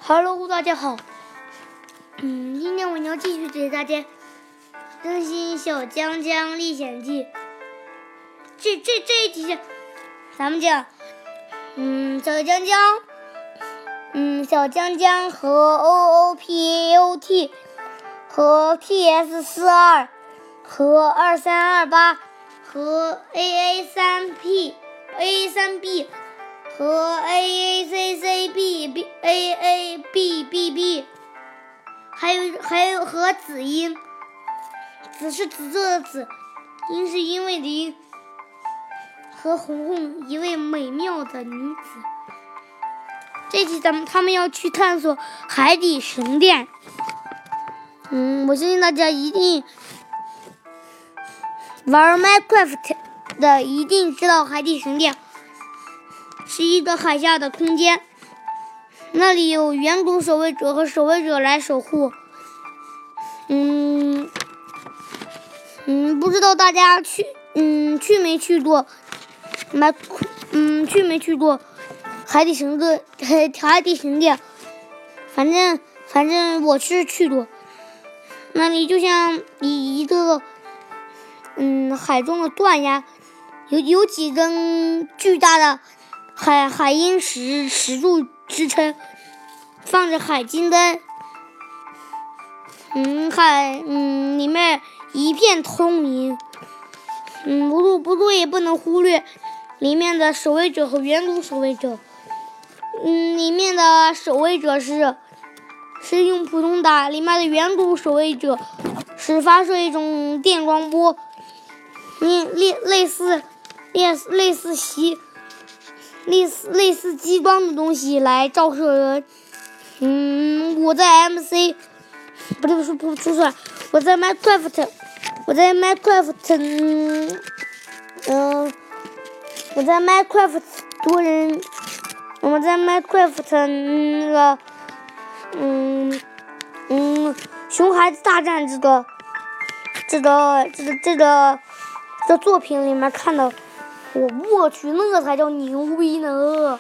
Hello， 大家好。今天我要继续给大家更新《小江江历险记》。这一集是咱们讲，小江江和 OOPAOT 和 PS42 和2328和 AA3B 和 AACCB 还有和紫英，紫是紫色的紫，英是因为的英，和红红一位美妙的女子。这期他们要去探索海底神殿。我相信大家一定玩 Minecraft 的一定知道海底神殿是一个海下的空间，那里有远古守卫者和守卫者来守护。不知道大家去没去过海底神殿？反正我是去过，那里就像一个海中的断崖，有几根巨大的海鹰石柱支撑，放着海金灯。里面一片通明。不过也不能忽略里面的守卫者和远古守卫者。里面的守卫者是用普通打，里面的远古守卫者是发射一种电光波，类似激光的东西来照射人。我在 MC 不说出来，我在 Minecraft 多人，我们在 Minecraft 那个熊孩子大战这个作品里面看到，我去，那个才叫牛逼呢！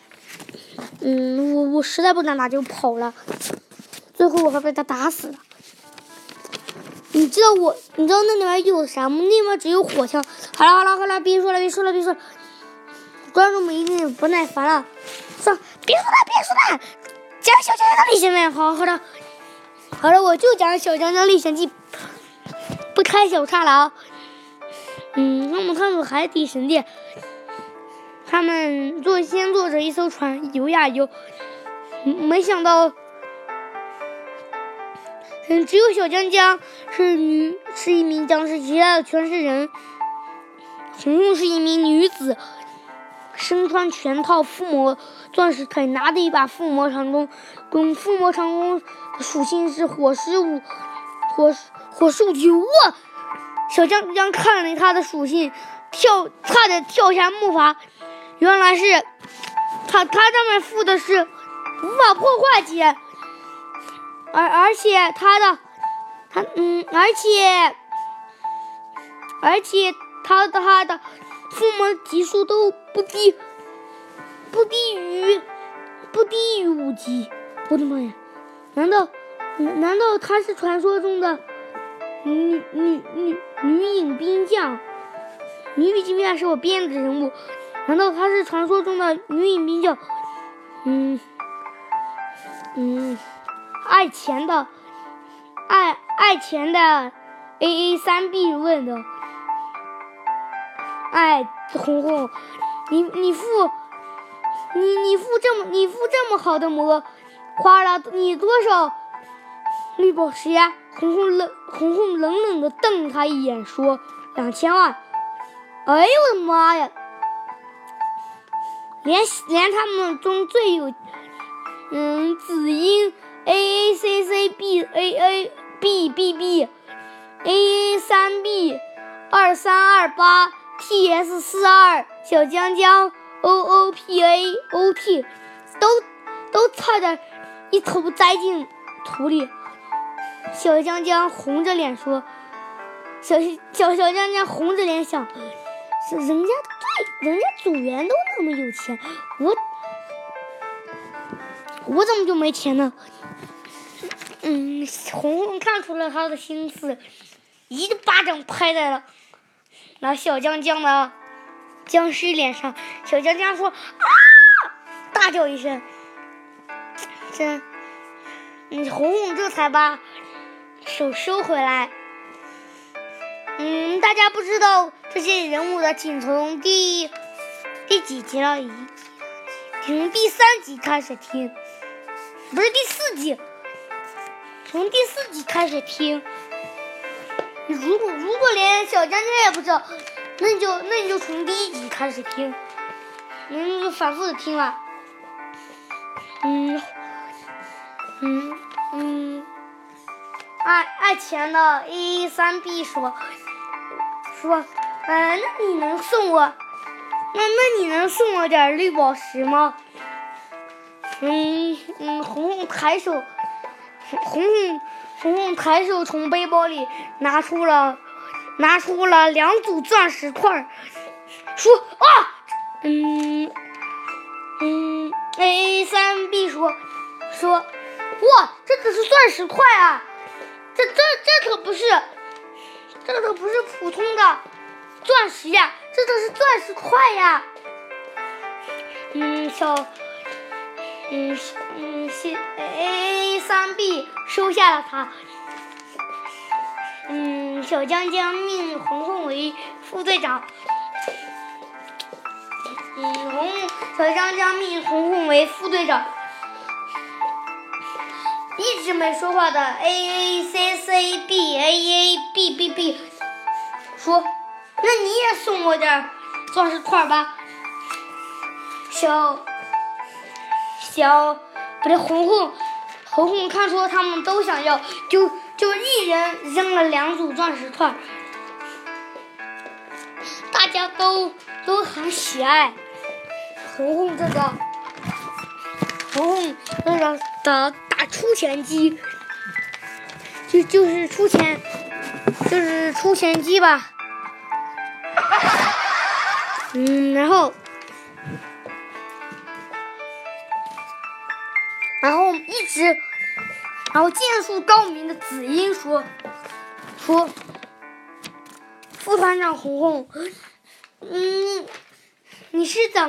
我实在不敢打就跑了，最后我还被他打死了。你知道那里面有啥吗？那里面只有火枪。好了，别说了，观众们一定不耐烦了，说别说了，讲小江江历险记。好了，我就讲小江江历险记，不开小差了啊。那么探索海底神殿，他们先坐着一艘船游呀游，没想到只有小江江是一名僵尸，其他的全是人。红红是一名女子，身穿全套附魔钻石铠，拿着一把附魔长弓。附魔长弓的属性是火势武器。哇！小江江看了他的属性，差点跳下木筏。原来是他上面附的是无法破坏键，而且他的附魔级数都不低于5级。我的妈呀！难道他是传说中的女影兵将？女影兵将是我编的人物，难道他是传说中的女影兵将？爱钱的 AA3B 问的。红红，你附这么好的魔，花了你多少绿宝石呀？红红冷冷的瞪他一眼，说：“2000万。”哎呦我的妈呀！连他们中最有紫英 AACCB AABBB AA3B 2328 PS42 小江江 OOPAOT 都差点一头栽进土里。小江江红着脸说：“小江江红着脸想，人家组员都那么有钱， 我怎么就没钱呢？红红看出了他的心思，一巴掌拍在了那小江江的僵尸脸上。小江江说：“啊！”大叫一声。红红这才把手收回来。大家不知道这些人物的，请从第几集了？从第3集开始听，不是第4集，从第4集开始听。如果连小江江也不知道，那你就从第1集开始听，你就反复的听了。爱钱的 A3B 说，那你能送我，那你能送我点绿宝石吗？红红抬手，红红抬手从背包里拿出了2组钻石块，说啊，A3B 说，哇，这可是钻石块啊！这可不是普通的钻石呀，这可是钻石块呀。A3B 收下了它。小江江命红红为副队长。小江江命红红为副队长。一直没说话的 AACCBAABBB 说：“那你也送我点钻石块吧。”红红看出他们都想要，就一人扔了2组钻石块。大家都很喜爱红红这个的大出钱机，就是出钱机吧。然后剑术高明的紫英说，副团长红红，你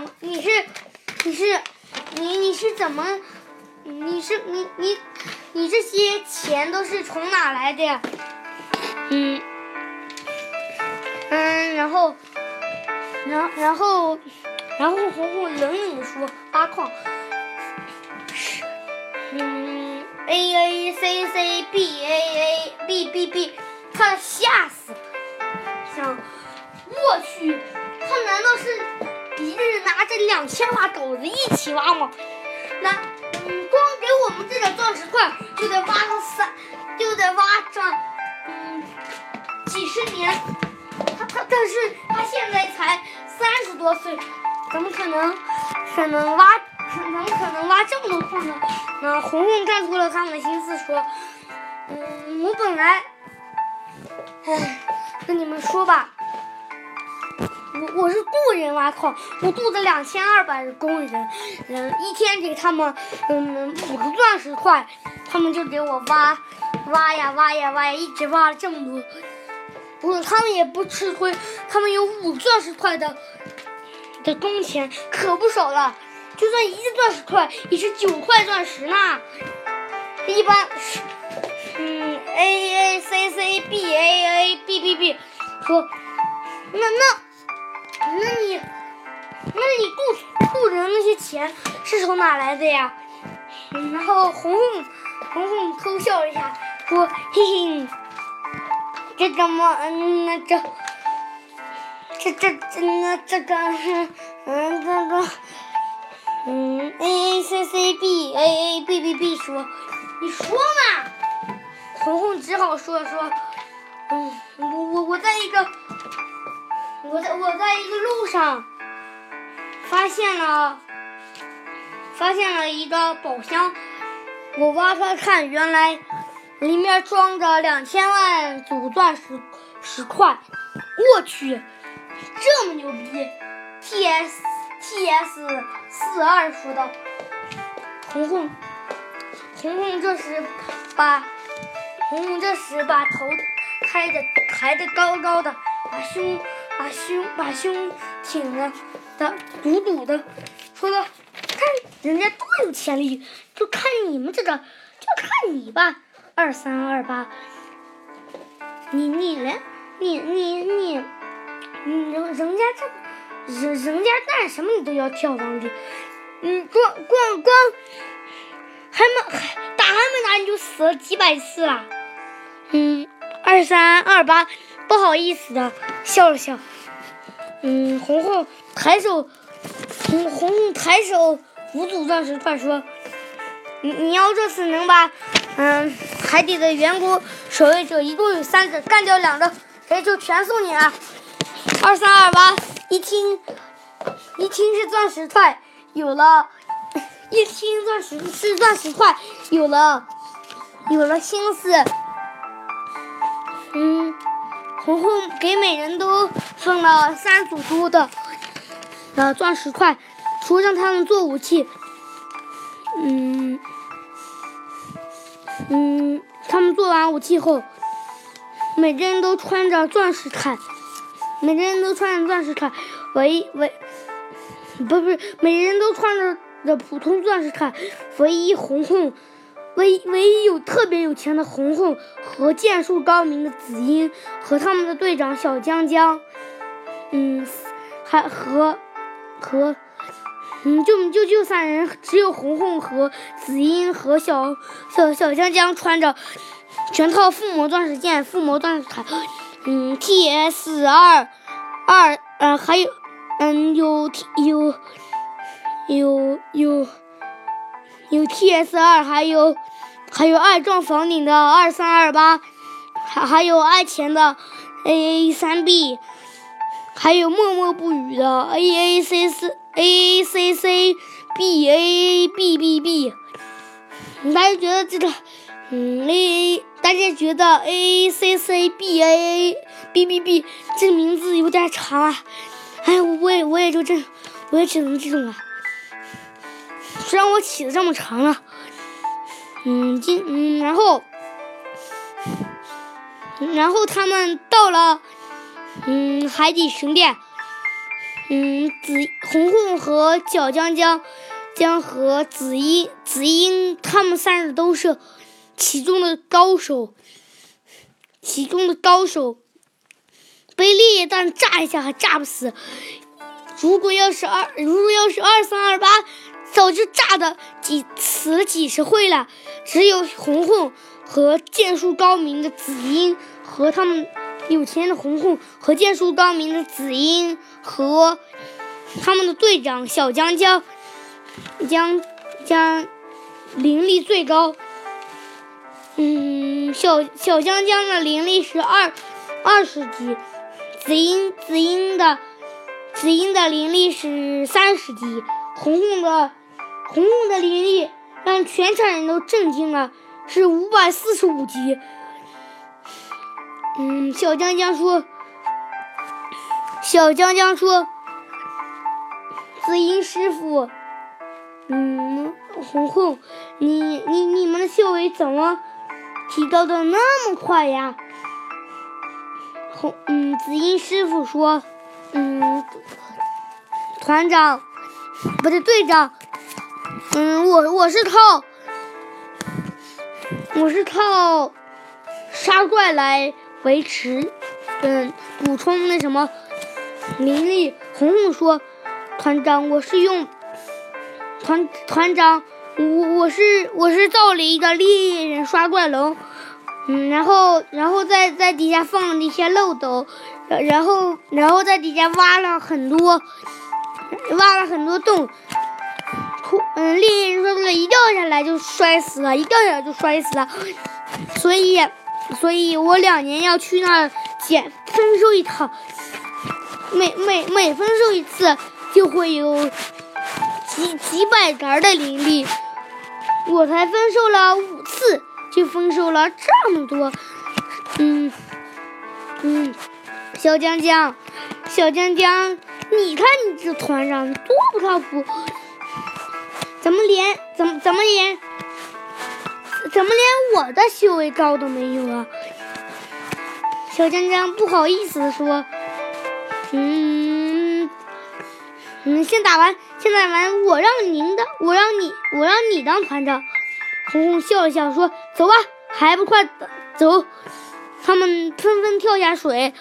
这些钱都是从哪来的呀？然后红红冷冷地说：“阿矿，AACCBAABBB， 他吓死，想我去，他难道是一日拿着2000把狗子一起挖吗？那光给我们这点钻石块就得挖上几十年。但是他现在才30多岁，怎么可能挖这么多矿呢？那红红看出了他们的心思，说：“我本来，跟你们说吧，我是雇人挖矿，我雇的2200工人，一天给他们5个钻石块，他们就给我挖呀，一直挖了这么多。不是，他们也不吃亏，他们有5钻石块的工钱，可不少了。就算1个钻石块也是9块钻石呢。一般AACCBAABBB 说，那你雇人那些钱是从哪来的呀？然后红红偷笑一下，说：“嘿嘿。”这个AACCBAABBB 说，你说嘛？红红只好说，我在一个路上发现了一个宝箱，我挖开看，原来里面装着2000万组钻石块。我去，这么牛逼 ！TS42 说道。红红红红这时把头抬得高高的，把胸挺得鼓鼓的，说道：“看人家多有潜力，就看你们这个，就看你吧，2328，人家干什么你都要跳上去，光还没打你就死了几百次了。2328不好意思的笑了笑。红红抬手五组钻石块说：“你要这次能把海底的远古守卫者一共有3只，干掉2只，这就全送你了。”2328一听是钻石块，有了心思。红红给每人都分了3组多的钻石块，说让他们做武器。他们做完武器后，每个人都穿着钻石铠，每个人都穿着普通钻石铠，唯一有特别有钱的红红和剑术高明的紫英和他们的队长小江江，就3人，只有红红和紫英和小江江穿着全套附魔钻石剑、附魔钻石铠，TS2，还有有 TS2，还有2撞房顶的2328，还有爱钱的 AA3B， 还有默默不语的 AACCBABBB。 大家觉得 AACCBABBB 这个名字有点长啊，我也只能这种了。虽然我起的这么长了，然后他们到了海底神殿，红红和小江江和紫英他们3人都是其中的高手，被烈焰弹炸一下还炸不死。如果要是2328，早就炸的死了几十回了。只有红红和剑术高明的紫英和他们有钱的红红和剑术高明的紫英和他们的队长小江江灵力最高。小江江的灵力是20级，紫英的灵力是30级，红红的灵力让全场人都震惊了，是545级。小江江说，紫英师傅，红红，你们的修为怎么提高的那么快呀？紫英师傅说，队长，我是靠杀怪来维持，补充那什么灵力。红红说，团长，我是用团长，我是造了一个猎人刷怪龙，然后在底下放了那些漏斗，然后在底下挖了很多洞。猎人说一掉下来就摔死了，所以我2年要去那儿分收一趟，每分收一次就会有几百格的灵力，我才分收了5次就分收了这么多。小江江，你看你这团长多不靠谱，怎么连怎么连我的修为招都没有啊？小江江不好意思地说：“先打完，我让你当团长。”红红笑了笑说：“走吧，还不快走！”他们纷纷跳下水，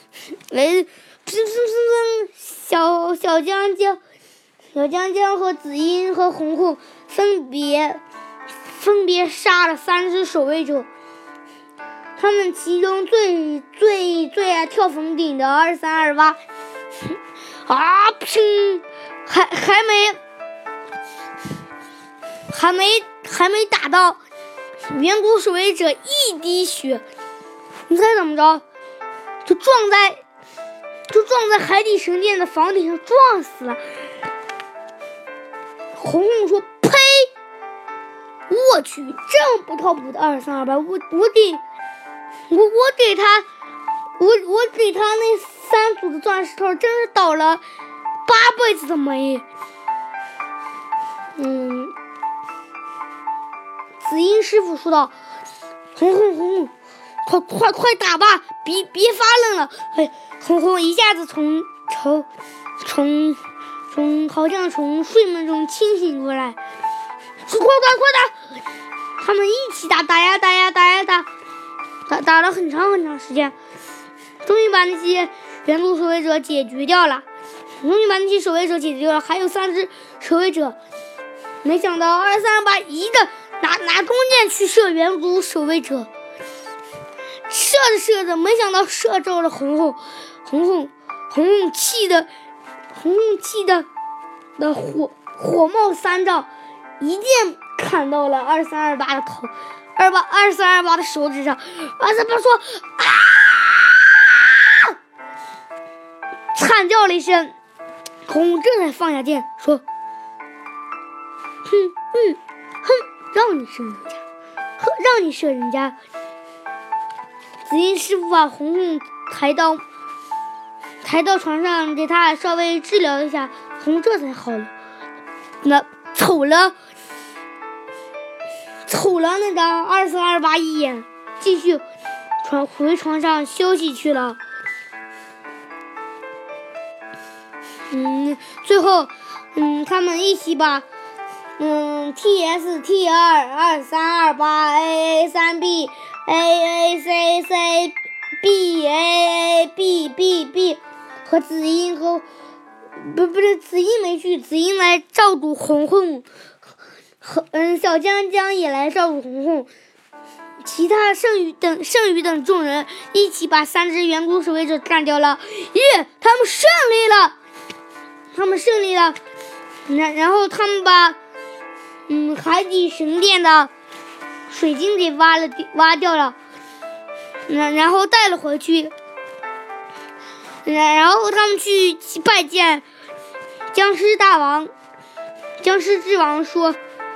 小江江和紫英和红红分别杀了3只守卫者。他们其中最爱跳房顶的2328啊，砰！还没打到远古守卫者一滴血，你猜怎么着？就撞在海底神殿的房顶上撞死了。红红说：“呸！我去，这么不靠谱的2328，我给他那3组的钻石头，真是倒了8辈子的霉。”紫英师傅说道：“红，快打吧，别发愣了。”红红一下子好像从睡梦中清醒过来，说：“快打！”他们一起打了很长时间，终于把那些远古守卫者解决掉了。还有3只守卫者，没想到2328一个拿弓箭去射远古守卫者，射着，没想到射中了红红气的火冒三丈，一剑砍到了2328的头，2328的手指上。2328说：“啊！”惨叫了一声，红红这才放下剑，说：“让你射人家。”紫英师傅把红红抬到床上，给他稍微治疗一下，红这才好了。那瞅了那个2328一眼，继续回床上休息去了。最后他们一起把TS T2 2328 AA3B AACC BAABBB 和紫英紫英没去，紫英来照顾红红，和小江江也来照顾红红，其他剩余等众人一起把3只远古守卫者干掉了。他们胜利了。然后他们把海底神殿的水晶给挖掉了，然后带了回去。然后他们去拜见僵尸大王，僵尸之王说：“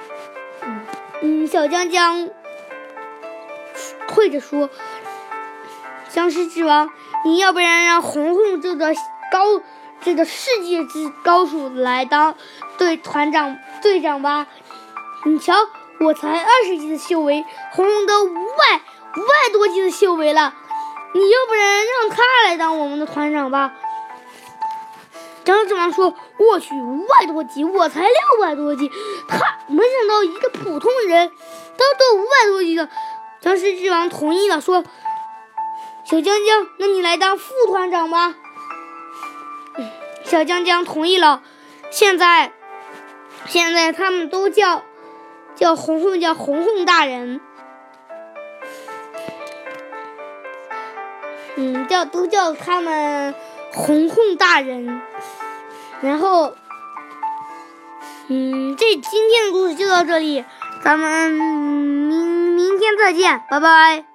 小江江跪着说，僵尸之王，你要不然让红红这个世界之高手来当队长吧？你瞧，我才20级的修为，红红都500多级的修为了，你要不然让他来当我们的团长吧？”僵尸之王说：“我去，500多级，我才600多级，他没想到一个普通人都500多级的。”僵尸之王同意了，说：“小江江，那你来当副团长吧。”小江江同意了。现在他们都叫红红，叫红红大人。都叫他们红红大人。然后今天的故事就到这里，咱们明天再见，拜拜。